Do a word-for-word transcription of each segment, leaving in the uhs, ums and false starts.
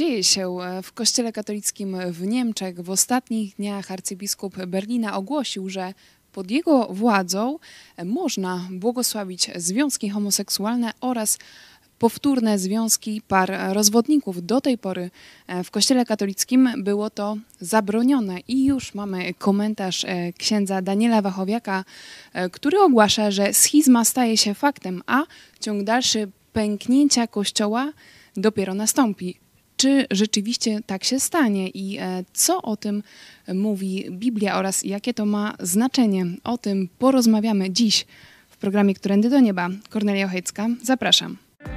Dzieje się w Kościele katolickim w Niemczech. W ostatnich dniach arcybiskup Berlina ogłosił, że pod jego władzą można błogosławić związki homoseksualne oraz powtórne związki par rozwodników. Do tej pory w Kościele katolickim było to zabronione i już mamy komentarz księdza Daniela Wachowiaka, który ogłasza, że schizma staje się faktem, a ciąg dalszy pęknięcia Kościoła dopiero nastąpi. Czy rzeczywiście tak się stanie i co o tym mówi Biblia oraz jakie to ma znaczenie? O tym porozmawiamy dziś w programie Którędy do Nieba. Kornelia Ochejcka, zapraszam.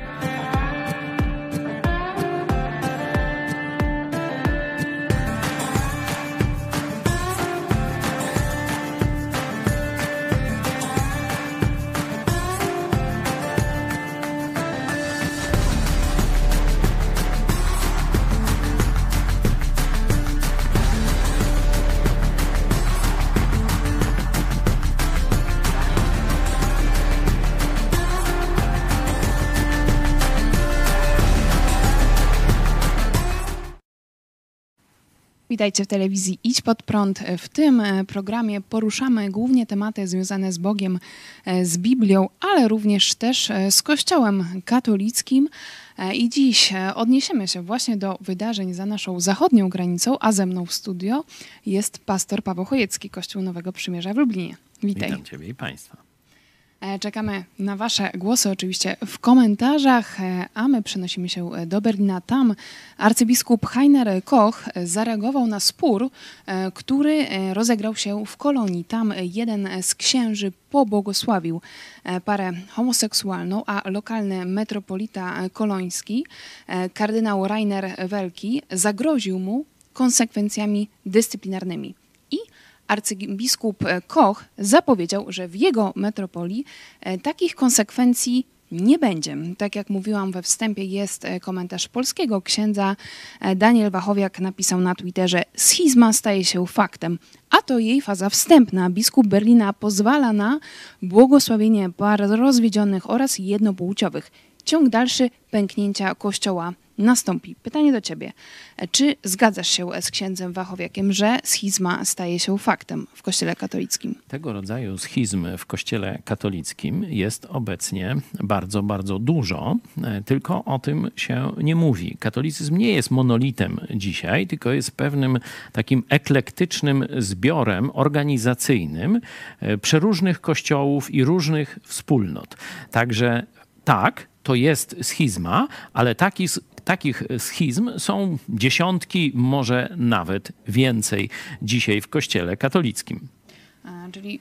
Witajcie w telewizji Idź Pod Prąd. W tym programie poruszamy głównie tematy związane z Bogiem, z Biblią, ale również też z Kościołem katolickim. I dziś odniesiemy się właśnie do wydarzeń za naszą zachodnią granicą, a ze mną w studio jest pastor Paweł Chojecki, Kościół Nowego Przymierza w Lublinie. Witaj. Witam Ciebie i Państwa. Czekamy na Wasze głosy oczywiście w komentarzach, a my przenosimy się do Berlina. Tam arcybiskup Heiner Koch zareagował na spór, który rozegrał się w Kolonii. Tam jeden z księży pobłogosławił parę homoseksualną, a lokalny metropolita koloński, kardynał Rainer Welki, zagroził mu konsekwencjami dyscyplinarnymi. Arcybiskup Koch zapowiedział, że w jego metropolii takich konsekwencji nie będzie. Tak jak mówiłam we wstępie, jest komentarz polskiego księdza. Daniel Wachowiak napisał na Twitterze: schizma staje się faktem, a to jej faza wstępna. Biskup Berlina pozwala na błogosławienie par rozwiedzionych oraz jednopłciowych. Ciąg dalszy pęknięcia Kościoła nastąpi. Pytanie do Ciebie. Czy zgadzasz się z księdzem Wachowiakiem, że schizma staje się faktem w Kościele katolickim? Tego rodzaju schizmy w Kościele katolickim jest obecnie bardzo, bardzo dużo, tylko o tym się nie mówi. Katolicyzm nie jest monolitem dzisiaj, tylko jest pewnym takim eklektycznym zbiorem organizacyjnym przeróżnych kościołów i różnych wspólnot. Także tak, to jest schizma, ale taki Takich schizm są dziesiątki, może nawet więcej dzisiaj w Kościele katolickim. A, czyli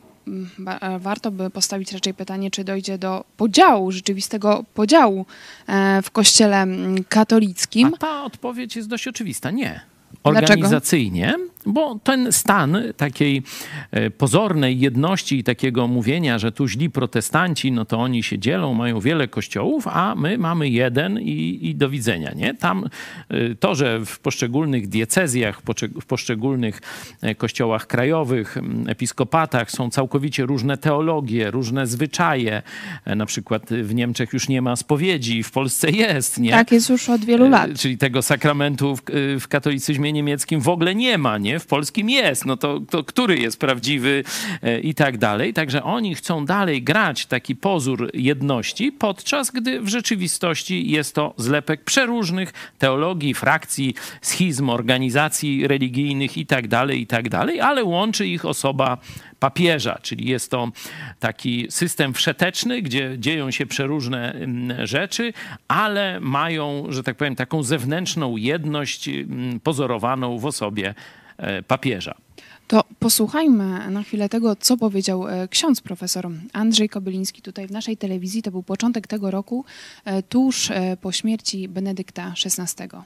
warto by postawić raczej pytanie, czy dojdzie do podziału, rzeczywistego podziału w Kościele katolickim? A ta odpowiedź jest dość oczywista. Nie. Organizacyjnie, Dlaczego? Bo ten stan takiej pozornej jedności i takiego mówienia, że tu źli protestanci, no to oni się dzielą, mają wiele kościołów, a my mamy jeden i, i do widzenia, nie? Tam to, że w poszczególnych diecezjach, w poszczególnych kościołach krajowych, episkopatach są całkowicie różne teologie, różne zwyczaje. Na przykład w Niemczech już nie ma spowiedzi, w Polsce jest, nie? Tak, jest już od wielu lat. Czyli tego sakramentu w, w katolicyzmie niemieckim w ogóle nie ma, nie? W polskim jest, no to, to który jest prawdziwy e, i tak dalej. Także oni chcą dalej grać taki pozór jedności, podczas gdy w rzeczywistości jest to zlepek przeróżnych teologii, frakcji, schizm, organizacji religijnych i tak dalej, i tak dalej, ale łączy ich osoba papieża, czyli jest to taki system wszeteczny, gdzie dzieją się przeróżne rzeczy, ale mają, że tak powiem, taką zewnętrzną jedność pozorowaną w osobie papieża. To posłuchajmy na chwilę tego, co powiedział ksiądz profesor Andrzej Kobyliński tutaj w naszej telewizji. To był początek tego roku, tuż po śmierci Benedykta szesnastego.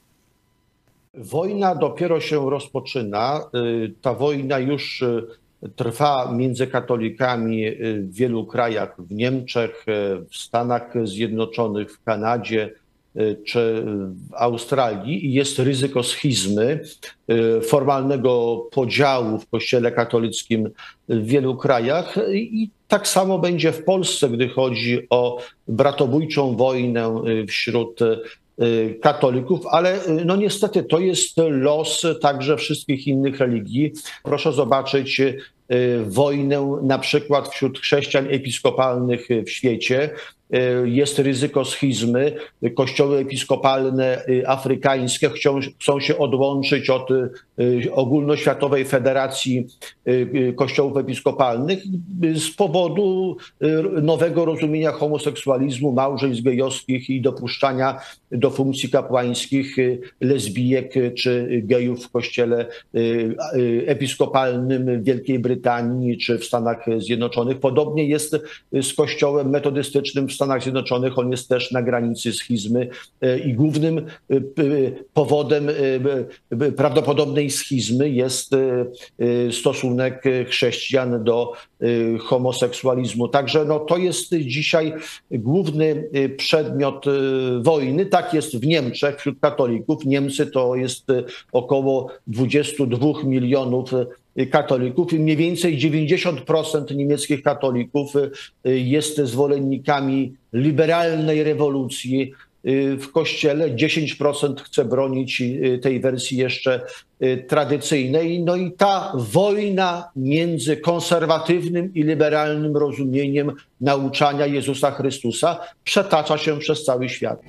Wojna dopiero się rozpoczyna. Ta wojna już trwa między katolikami w wielu krajach, w Niemczech, w Stanach Zjednoczonych, w Kanadzie czy w Australii i jest ryzyko schizmy, formalnego podziału w Kościele katolickim w wielu krajach i tak samo będzie w Polsce, gdy chodzi o bratobójczą wojnę wśród katolików, ale no niestety to jest los także wszystkich innych religii. Proszę zobaczyć wojnę na przykład wśród chrześcijan episkopalnych w świecie. Jest ryzyko schizmy. Kościoły episkopalne afrykańskie chcą, chcą się odłączyć od ogólnoświatowej federacji kościołów episkopalnych z powodu nowego rozumienia homoseksualizmu, małżeństw gejowskich i dopuszczania do funkcji kapłańskich lesbijek czy gejów w kościele episkopalnym w Wielkiej Brytanii czy w Stanach Zjednoczonych. Podobnie jest z kościołem metodystycznym w Stanach Zjednoczonych. On jest też na granicy schizmy i głównym powodem prawdopodobnej schizmy jest stosunek chrześcijan do homoseksualizmu. Także no, to jest dzisiaj główny przedmiot wojny. Tak jest w Niemczech wśród katolików. Niemcy to jest około dwadzieścia dwa milionów katolików i mniej więcej dziewięćdziesiąt procent niemieckich katolików jest zwolennikami liberalnej rewolucji w Kościele. dziesięć procent chce bronić tej wersji jeszcze tradycyjnej. No i ta wojna między konserwatywnym i liberalnym rozumieniem nauczania Jezusa Chrystusa przetacza się przez cały świat.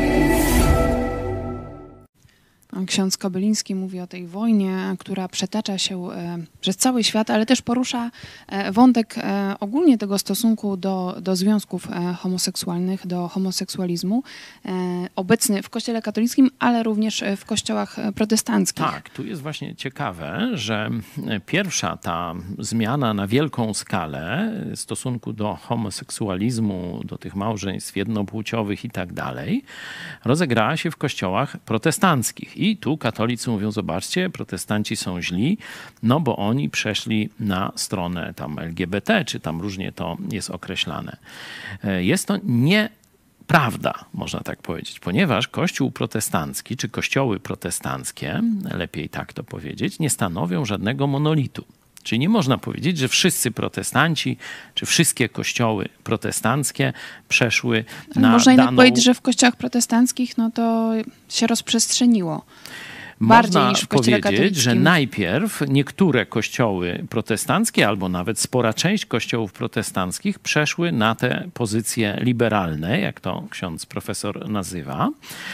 Ksiądz Kobyliński mówi o tej wojnie, która przetacza się przez cały świat, ale też porusza wątek ogólnie tego stosunku do, do związków homoseksualnych, do homoseksualizmu, obecny w Kościele katolickim, ale również w kościołach protestanckich. Tak, tu jest właśnie ciekawe, że pierwsza ta zmiana na wielką skalę w stosunku do homoseksualizmu, do tych małżeństw jednopłciowych i tak dalej, rozegrała się w kościołach protestanckich. I tu katolicy mówią, zobaczcie, protestanci są źli, no bo oni przeszli na stronę tam L G B T, czy tam różnie to jest określane. Jest to nieprawda, można tak powiedzieć, ponieważ Kościół protestancki, czy kościoły protestanckie, lepiej tak to powiedzieć, nie stanowią żadnego monolitu. Czyli nie można powiedzieć, że wszyscy protestanci, czy wszystkie kościoły protestanckie przeszły na Można jednak daną... powiedzieć, że w kościołach protestanckich no to się rozprzestrzeniło. Bardziej Można niż w Kościele powiedzieć, katolickim. że najpierw niektóre kościoły protestanckie, albo nawet spora część kościołów protestanckich przeszły na te pozycje liberalne, jak to ksiądz profesor nazywa.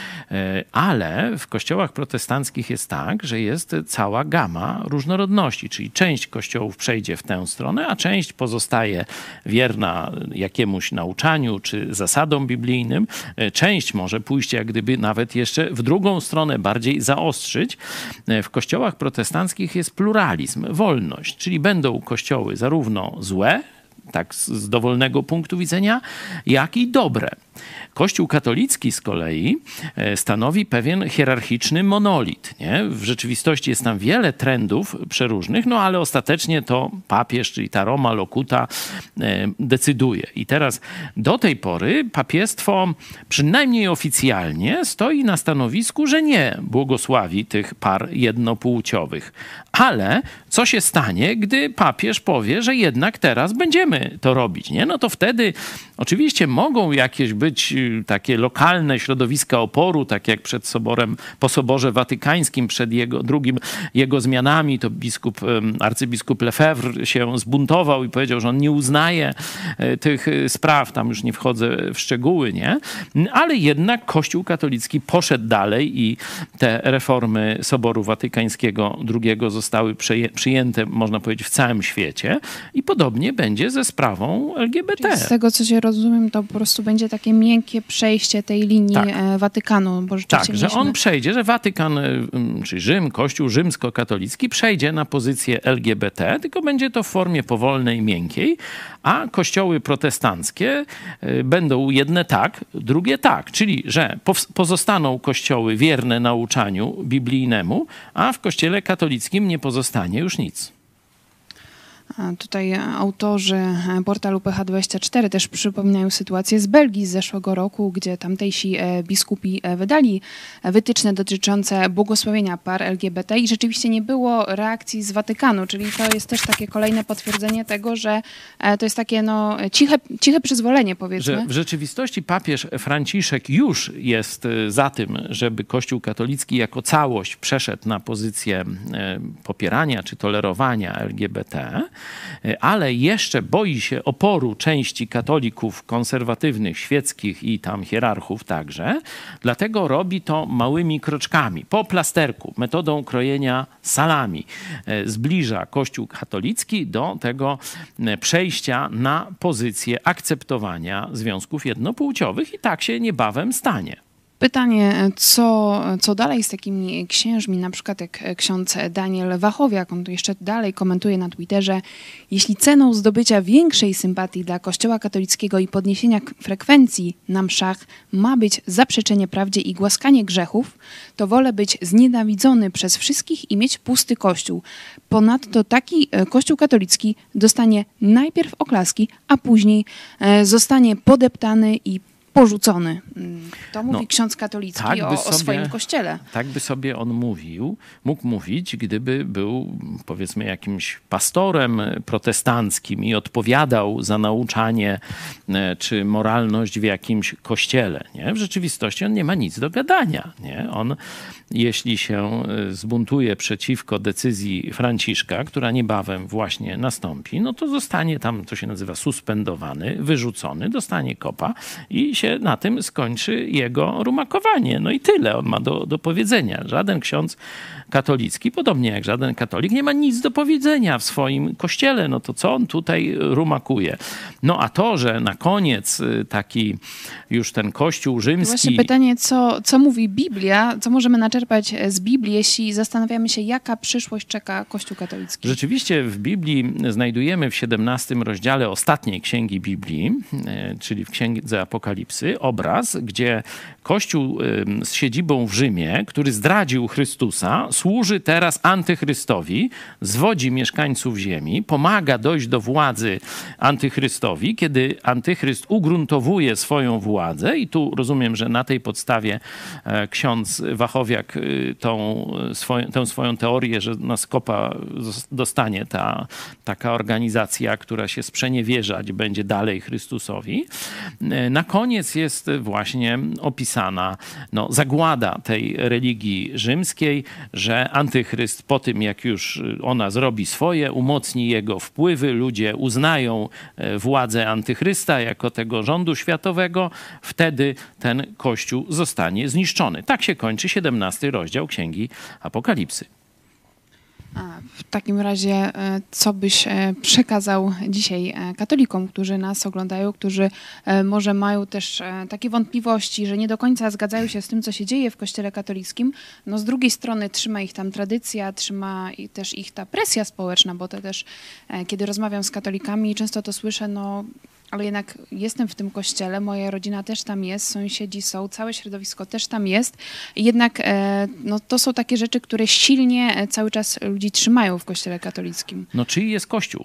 Ale w kościołach protestanckich jest tak, że jest cała gama różnorodności, czyli część kościołów przejdzie w tę stronę, a część pozostaje wierna jakiemuś nauczaniu czy zasadom biblijnym. Część może pójść jak gdyby nawet jeszcze w drugą stronę, bardziej zaostrzyć. W kościołach protestanckich jest pluralizm, wolność, czyli będą kościoły zarówno złe, tak z dowolnego punktu widzenia, jak i dobre. Kościół katolicki z kolei stanowi pewien hierarchiczny monolit. Nie? W rzeczywistości jest tam wiele trendów przeróżnych, no ale ostatecznie to papież, czyli ta Roma Locuta decyduje. I teraz do tej pory papiestwo przynajmniej oficjalnie stoi na stanowisku, że nie błogosławi tych par jednopłciowych. Ale co się stanie, gdy papież powie, że jednak teraz będziemy to robić? Nie? No to wtedy oczywiście mogą jakieś być takie lokalne środowiska oporu, tak jak przed soborem, po Soborze Watykańskim, przed jego drugim jego zmianami, to biskup, arcybiskup Lefebvre się zbuntował i powiedział, że on nie uznaje tych spraw, tam już nie wchodzę w szczegóły, nie? Ale jednak Kościół katolicki poszedł dalej i te reformy Soboru Watykańskiego drugiego zostały przyjęte, można powiedzieć, w całym świecie i podobnie będzie ze sprawą L G B T. Czyli z tego, co się rozumiem, to po prostu będzie takie miękkie przejście tej linii tak. Watykanu. Bo tak, że mieliśmy... on przejdzie, że Watykan, czy Rzym, Kościół rzymskokatolicki przejdzie na pozycję L G B T, tylko będzie to w formie powolnej, miękkiej, a kościoły protestanckie będą jedne tak, drugie tak. Czyli, że pozostaną kościoły wierne nauczaniu biblijnemu, a w kościele katolickim nie pozostanie już nic. Tutaj autorzy portalu P H dwadzieścia cztery też przypominają sytuację z Belgii z zeszłego roku, gdzie tamtejsi biskupi wydali wytyczne dotyczące błogosławienia par L G B T i rzeczywiście nie było reakcji z Watykanu, czyli to jest też takie kolejne potwierdzenie tego, że to jest takie no, ciche, ciche przyzwolenie, powiedzmy. Że w rzeczywistości papież Franciszek już jest za tym, żeby Kościół katolicki jako całość przeszedł na pozycję popierania czy tolerowania L G B T, ale jeszcze boi się oporu części katolików konserwatywnych, świeckich i tam hierarchów także. Dlatego robi to małymi kroczkami, po plasterku, metodą krojenia salami. Zbliża Kościół katolicki do tego przejścia na pozycję akceptowania związków jednopłciowych i tak się niebawem stanie. Pytanie, co, co dalej z takimi księżmi, na przykład jak ksiądz Daniel Wachowiak, on tu jeszcze dalej komentuje na Twitterze, jeśli ceną zdobycia większej sympatii dla Kościoła katolickiego i podniesienia frekwencji na mszach ma być zaprzeczenie prawdzie i głaskanie grzechów, to wolę być znienawidzony przez wszystkich i mieć pusty Kościół. Ponadto taki Kościół katolicki dostanie najpierw oklaski, a później zostanie podeptany i porzucony. To mówi no, ksiądz katolicki tak o, sobie, o swoim kościele. Tak by sobie on mówił, mógł mówić, gdyby był powiedzmy jakimś pastorem protestanckim i odpowiadał za nauczanie czy moralność w jakimś kościele. Nie? W rzeczywistości on nie ma nic do gadania. Nie? On, jeśli się zbuntuje przeciwko decyzji Franciszka, która niebawem właśnie nastąpi, no to zostanie tam, to się nazywa suspendowany, wyrzucony, dostanie kopa i się na tym skończy jego rumakowanie. No i tyle on ma do, do powiedzenia. Żaden ksiądz katolicki, podobnie jak żaden katolik, nie ma nic do powiedzenia w swoim kościele. No to co on tutaj rumakuje? No a to, że na koniec taki już ten kościół rzymski... Właśnie pytanie, co, co mówi Biblia, co możemy naczerpać z Biblii, jeśli zastanawiamy się, jaka przyszłość czeka Kościół katolicki? Rzeczywiście w Biblii znajdujemy w siedemnastym rozdziale ostatniej księgi Biblii, czyli w księdze Apokalipsy, obraz, gdzie Kościół z siedzibą w Rzymie, który zdradził Chrystusa, służy teraz antychrystowi, zwodzi mieszkańców ziemi, pomaga dojść do władzy antychrystowi, kiedy antychryst ugruntowuje swoją władzę i tu rozumiem, że na tej podstawie ksiądz Wachowiak tą swoją, tę swoją teorię, że na skopa dostanie ta taka organizacja, która się sprzeniewierzać będzie dalej Chrystusowi. Na koniec jest właśnie opisana no, zagłada tej religii rzymskiej, że antychryst po tym, jak już ona zrobi swoje, umocni jego wpływy, ludzie uznają władzę antychrysta jako tego rządu światowego, wtedy ten kościół zostanie zniszczony. Tak się kończy siedemnasty rozdział Księgi Apokalipsy. A w takim razie, co byś przekazał dzisiaj katolikom, którzy nas oglądają, którzy może mają też takie wątpliwości, że nie do końca zgadzają się z tym, co się dzieje w Kościele katolickim. No z drugiej strony trzyma ich tam tradycja, trzyma też ich ta presja społeczna, bo to też, kiedy rozmawiam z katolikami, często to słyszę, no ale jednak jestem w tym kościele, moja rodzina też tam jest, sąsiedzi są, całe środowisko też tam jest. Jednak no, to są takie rzeczy, które silnie cały czas ludzi trzymają w kościele katolickim. No czyj jest kościół?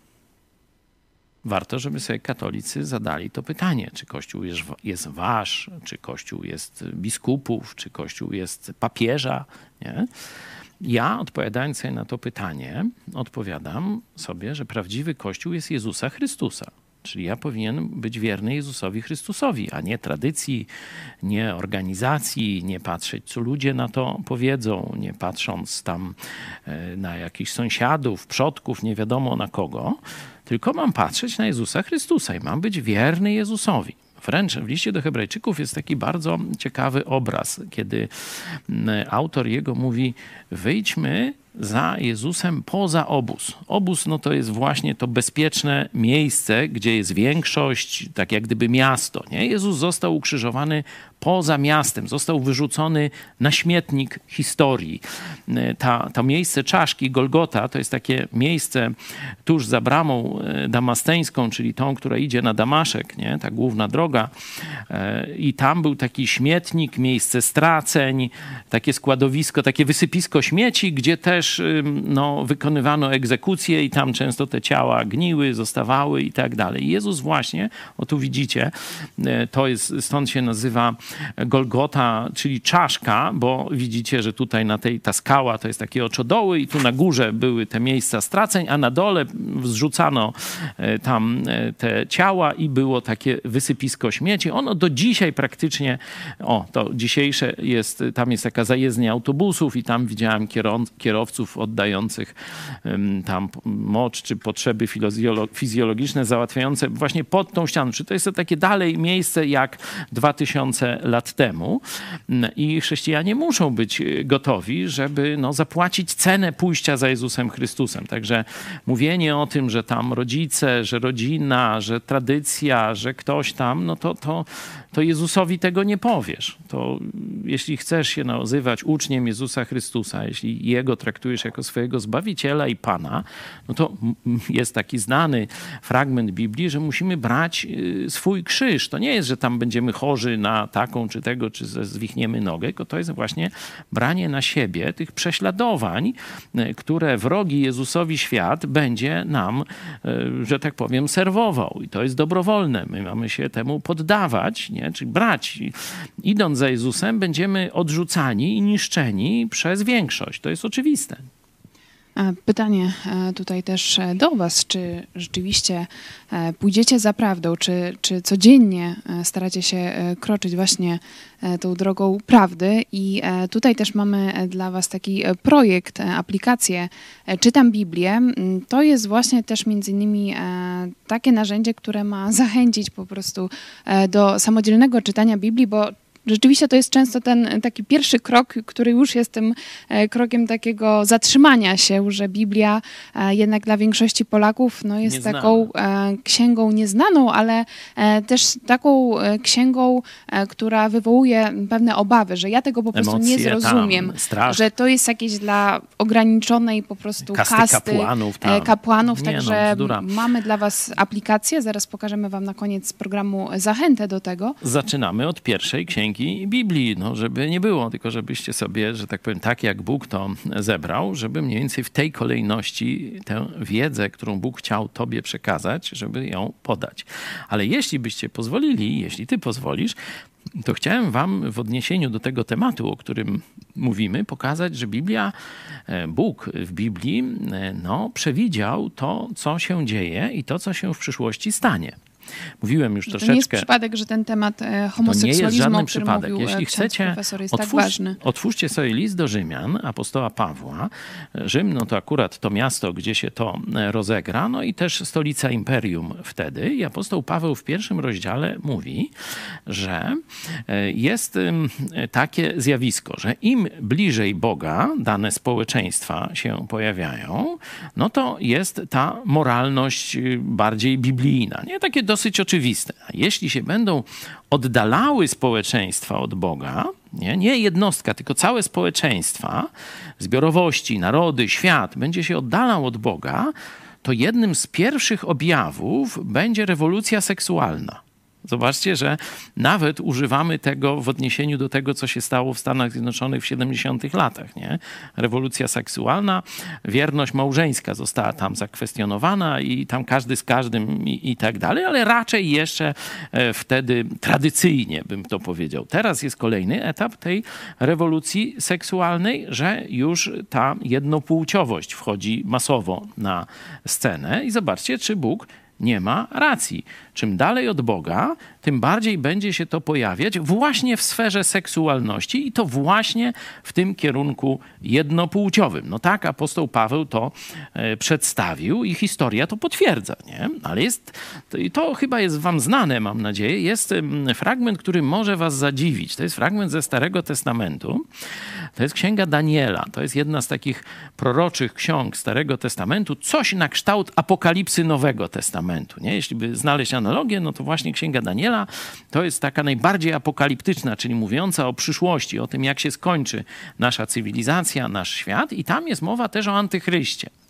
Warto, żeby sobie katolicy zadali to pytanie, czy kościół jest, jest wasz, czy kościół jest biskupów, czy kościół jest papieża, nie? Ja, odpowiadając sobie na to pytanie, odpowiadam sobie, że prawdziwy kościół jest Jezusa Chrystusa. Czyli ja powinien być wierny Jezusowi Chrystusowi, a nie tradycji, nie organizacji, nie patrzeć, co ludzie na to powiedzą, nie patrząc tam na jakichś sąsiadów, przodków, nie wiadomo na kogo, tylko mam patrzeć na Jezusa Chrystusa i mam być wierny Jezusowi. Wręcz w liście do Hebrajczyków jest taki bardzo ciekawy obraz, kiedy autor jego mówi: wyjdźmy za Jezusem poza obóz. Obóz no to jest właśnie to bezpieczne miejsce, gdzie jest większość, tak jak gdyby miasto. Nie? Jezus został ukrzyżowany poza miastem, został wyrzucony na śmietnik historii. Ta, to miejsce czaszki, Golgota, to jest takie miejsce tuż za bramą damasteńską, czyli tą, która idzie na Damaszek, nie? Ta główna droga. I tam był taki śmietnik, miejsce straceń, takie składowisko, takie wysypisko śmieci, gdzie też też no, wykonywano egzekucje i tam często te ciała gniły, zostawały i tak dalej. I Jezus właśnie, o tu widzicie, to jest, stąd się nazywa Golgota, czyli czaszka, bo widzicie, że tutaj na tej, ta skała to jest takie oczodoły i tu na górze były te miejsca straceń, a na dole zrzucano tam te ciała i było takie wysypisko śmieci. Ono do dzisiaj praktycznie, o to dzisiejsze jest, tam jest taka zajezdnia autobusów i tam widziałem kierowców oddających tam mocz czy potrzeby fizjologiczne załatwiające właśnie pod tą ścianą. Czy to jest to takie dalej miejsce jak dwa tysiące lat temu i chrześcijanie muszą być gotowi, żeby no, zapłacić cenę pójścia za Jezusem Chrystusem. Także mówienie o tym, że tam rodzice, że rodzina, że tradycja, że ktoś tam, no to, to, to Jezusowi tego nie powiesz. To jeśli chcesz się nazywać uczniem Jezusa Chrystusa, jeśli Jego traktujesz jako swojego Zbawiciela i Pana, no to jest taki znany fragment Biblii, że musimy brać swój krzyż. To nie jest, że tam będziemy chorzy na taką czy tego, czy zwichniemy nogę, tylko to jest właśnie branie na siebie tych prześladowań, które wrogi Jezusowi świat będzie nam, że tak powiem, serwował. I to jest dobrowolne. My mamy się temu poddawać, nie? Czyli brać. Idąc za Jezusem, będziemy odrzucani i niszczeni przez większość. To jest oczywiste. Pytanie tutaj też do was, czy rzeczywiście pójdziecie za prawdą, czy, czy codziennie staracie się kroczyć właśnie tą drogą prawdy i tutaj też mamy dla was taki projekt, aplikację Czytam Biblię. To jest właśnie też między innymi takie narzędzie, które ma zachęcić po prostu do samodzielnego czytania Biblii, bo rzeczywiście to jest często ten taki pierwszy krok, który już jest tym krokiem takiego zatrzymania się, że Biblia jednak dla większości Polaków no, jest Nieznana. taką księgą nieznaną, ale też taką księgą, która wywołuje pewne obawy, że ja tego po prostu Emocje, nie zrozumiem, tam, strach. że to jest jakieś dla ograniczonej po prostu Kasty kasty kapłanów, tam. kapłanów. Nie Także no, mamy dla was aplikację, zaraz pokażemy wam na koniec programu zachętę do tego. Zaczynamy od pierwszej księgi Biblii, no żeby nie było, tylko żebyście sobie, że tak powiem, tak jak Bóg to zebrał, żeby mniej więcej w tej kolejności tę wiedzę, którą Bóg chciał tobie przekazać, żeby ją podać. Ale jeśli byście pozwolili, jeśli ty pozwolisz, to chciałem wam w odniesieniu do tego tematu, o którym mówimy, pokazać, że Biblia, Bóg w Biblii, no, przewidział to, co się dzieje i to, co się w przyszłości stanie. Mówiłem już to troszeczkę. To nie jest przypadek, że ten temat homoseksualizmu, to nie jest żaden o którym przypadek. mówił Jeśli chcecie, profesor, jest otwórz, tak ważny. Otwórzcie sobie list do Rzymian, apostoła Pawła. Rzym, no to akurat to miasto, gdzie się to rozegra, no i też stolica imperium wtedy. I apostoł Paweł w pierwszym rozdziale mówi, że jest takie zjawisko, że im bliżej Boga dane społeczeństwa się pojawiają, no to jest ta moralność bardziej biblijna. Nie takie dosyć oczywiste. A jeśli się będą oddalały społeczeństwa od Boga, nie, nie jednostka, tylko całe społeczeństwa, zbiorowości, narody, świat będzie się oddalał od Boga, to jednym z pierwszych objawów będzie rewolucja seksualna. Zobaczcie, że nawet używamy tego w odniesieniu do tego, co się stało w Stanach Zjednoczonych w siedemdziesiątych latach. Nie? Rewolucja seksualna, wierność małżeńska została tam zakwestionowana i tam każdy z każdym i, i tak dalej, ale raczej jeszcze wtedy tradycyjnie bym to powiedział. Teraz jest kolejny etap tej rewolucji seksualnej, że już ta jednopłciowość wchodzi masowo na scenę i zobaczcie, czy Bóg nie ma racji. Czym dalej od Boga, tym bardziej będzie się to pojawiać właśnie w sferze seksualności i to właśnie w tym kierunku jednopłciowym. No tak apostoł Paweł to e, przedstawił i historia to potwierdza, nie? Ale jest, to, i to chyba jest wam znane, mam nadzieję, jest m, fragment, który może was zadziwić. To jest fragment ze Starego Testamentu. To jest Księga Daniela. To jest jedna z takich proroczych ksiąg Starego Testamentu. Coś na kształt Apokalipsy Nowego Testamentu, nie? Jeśli by znaleźć analogię, no to właśnie Księga Daniela to jest taka najbardziej apokaliptyczna, czyli mówiąca o przyszłości, o tym, jak się skończy nasza cywilizacja, nasz świat i tam jest mowa też o antychryście.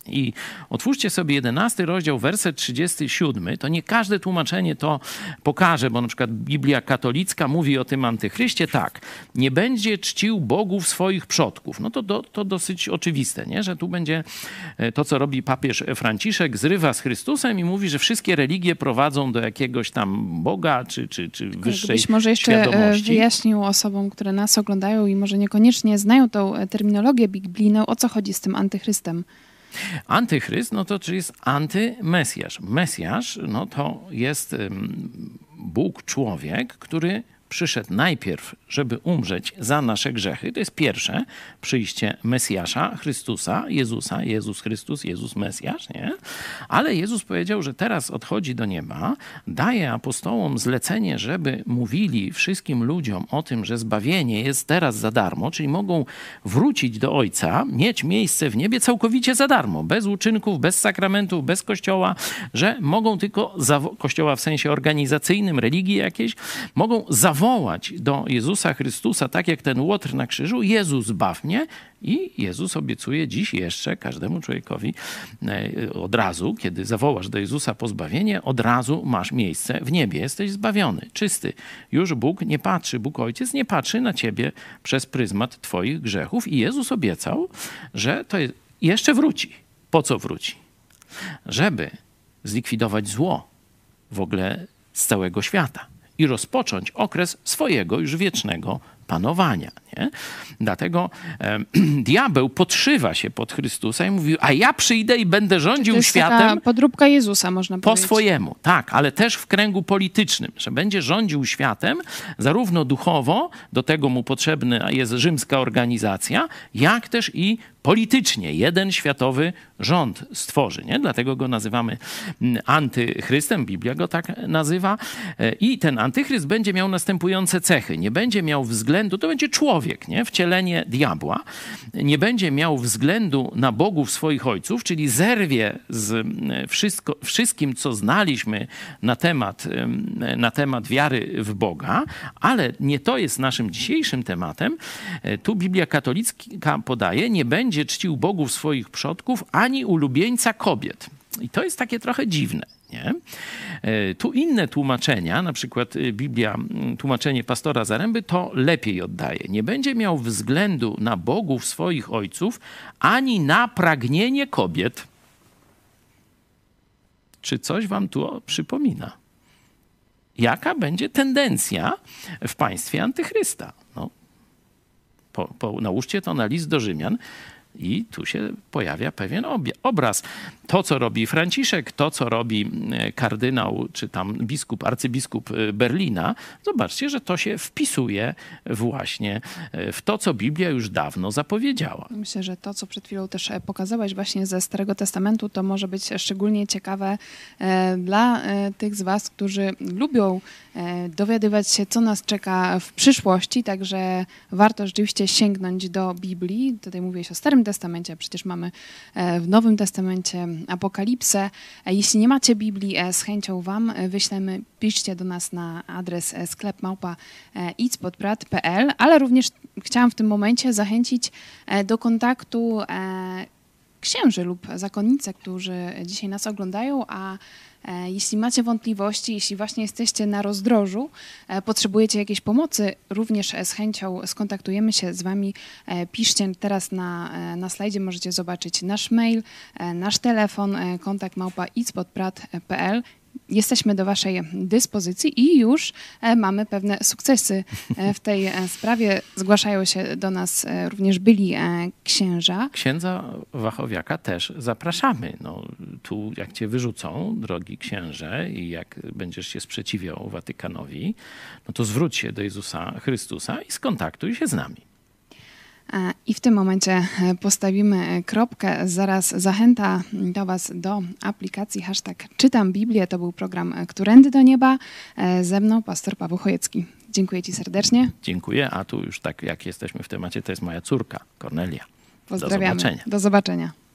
I otwórzcie sobie jedenasty rozdział, werset trzydziesty siódmy. To nie każde tłumaczenie to pokaże, bo na przykład Biblia katolicka mówi o tym antychryście tak. Nie będzie czcił bogów swoich przodków. No to, do, to dosyć oczywiste, nie? Że tu będzie to, co robi papież Franciszek, zrywa z Chrystusem i mówi, że wszystkie religie prowadzą do jakiegoś tam Boga czy, czy, czy wyższej Byś może jeszcze świadomości. wyjaśnił osobom, które nas oglądają i może niekoniecznie znają tą terminologię biblijną, o co chodzi z tym antychrystem. Antychryst, no to czy jest antymesjasz. Mesjasz, no to jest um, Bóg, człowiek, który przyszedł najpierw, żeby umrzeć za nasze grzechy. To jest pierwsze przyjście Mesjasza, Chrystusa, Jezusa, Jezus Chrystus, Jezus Mesjasz, nie? Ale Jezus powiedział, że teraz odchodzi do nieba, daje apostołom zlecenie, żeby mówili wszystkim ludziom o tym, że zbawienie jest teraz za darmo, czyli mogą wrócić do Ojca, mieć miejsce w niebie całkowicie za darmo, bez uczynków, bez sakramentów, bez Kościoła, że mogą tylko, Kościoła w sensie organizacyjnym, religii jakiejś, mogą zawołać wołać do Jezusa Chrystusa, tak jak ten łotr na krzyżu, Jezus zbaw mnie. I Jezus obiecuje dziś jeszcze każdemu człowiekowi od razu, kiedy zawołasz do Jezusa po zbawienie, od razu masz miejsce w niebie. Jesteś zbawiony, czysty. Już Bóg nie patrzy, Bóg Ojciec nie patrzy na ciebie przez pryzmat twoich grzechów. I Jezus obiecał, że to jest, jeszcze wróci. Po co wróci? Żeby zlikwidować zło w ogóle z całego świata i rozpocząć okres swojego już wiecznego panowania. Nie? Dlatego e, diabeł podszywa się pod Chrystusa i mówi, a ja przyjdę i będę rządził to jest światem taka podróbka Jezusa, można po powiedzieć. swojemu. Tak, ale też w kręgu politycznym, że będzie rządził światem zarówno duchowo, do tego mu potrzebna jest rzymska organizacja, jak też i politycznie. Jeden światowy rząd stworzy. Nie? Dlatego go nazywamy antychrystem. Biblia go tak nazywa. I ten antychryst będzie miał następujące cechy. Nie będzie miał względu, to będzie człowiek, nie? Wcielenie diabła. Nie będzie miał względu na bogów swoich ojców, czyli zerwie z wszystko, wszystkim, co znaliśmy na temat, na temat wiary w Boga, ale nie to jest naszym dzisiejszym tematem. Tu Biblia katolicka podaje, nie będzie czcił bogów swoich przodków, ani ulubieńca kobiet. I to jest takie trochę dziwne. Nie? Tu inne tłumaczenia, na przykład Biblia, tłumaczenie pastora Zaręby, to lepiej oddaje. Nie będzie miał względu na bogów swoich ojców, ani na pragnienie kobiet. Czy coś wam tu przypomina? Jaka będzie tendencja w państwie antychrysta? No, po, po, nałóżcie to na list do Rzymian. I tu się pojawia pewien obraz. To, co robi Franciszek, to, co robi kardynał, czy tam biskup, arcybiskup Berlina, zobaczcie, że to się wpisuje właśnie w to, co Biblia już dawno zapowiedziała. Myślę, że to, co przed chwilą też pokazałeś właśnie ze Starego Testamentu, to może być szczególnie ciekawe dla tych z was, którzy lubią dowiadywać się, co nas czeka w przyszłości, także warto rzeczywiście sięgnąć do Biblii. Tutaj mówiłeś o Starym Testamencie, a przecież mamy w Nowym Testamencie Apokalipsę. Jeśli nie macie Biblii, z chęcią wam wyślemy, piszcie do nas na adres sklep małpa icpodprat kropka p l, ale również chciałam w tym momencie zachęcić do kontaktu księży lub zakonnice, którzy dzisiaj nas oglądają, a jeśli macie wątpliwości, jeśli właśnie jesteście na rozdrożu, potrzebujecie jakiejś pomocy, również z chęcią skontaktujemy się z wami. Piszcie teraz na, na slajdzie, możecie zobaczyć nasz mail, nasz telefon, kontakt małpa icpodprat kropka p l. Jesteśmy do waszej dyspozycji i już mamy pewne sukcesy w tej sprawie. Zgłaszają się do nas również byli księża. Księdza Wachowiaka też zapraszamy. No, tu jak cię wyrzucą, drogi księże, i jak będziesz się sprzeciwiał Watykanowi, no to zwróć się do Jezusa Chrystusa i skontaktuj się z nami. I w tym momencie postawimy kropkę. Zaraz zachęta do was do aplikacji hashtag Czytam Biblię. To był program Którędy do Nieba. Ze mną pastor Paweł Chojecki. Dziękuję ci serdecznie. Dziękuję, a tu już tak jak jesteśmy w temacie, to jest moja córka Kornelia. Pozdrawiamy. Do zobaczenia. Do zobaczenia.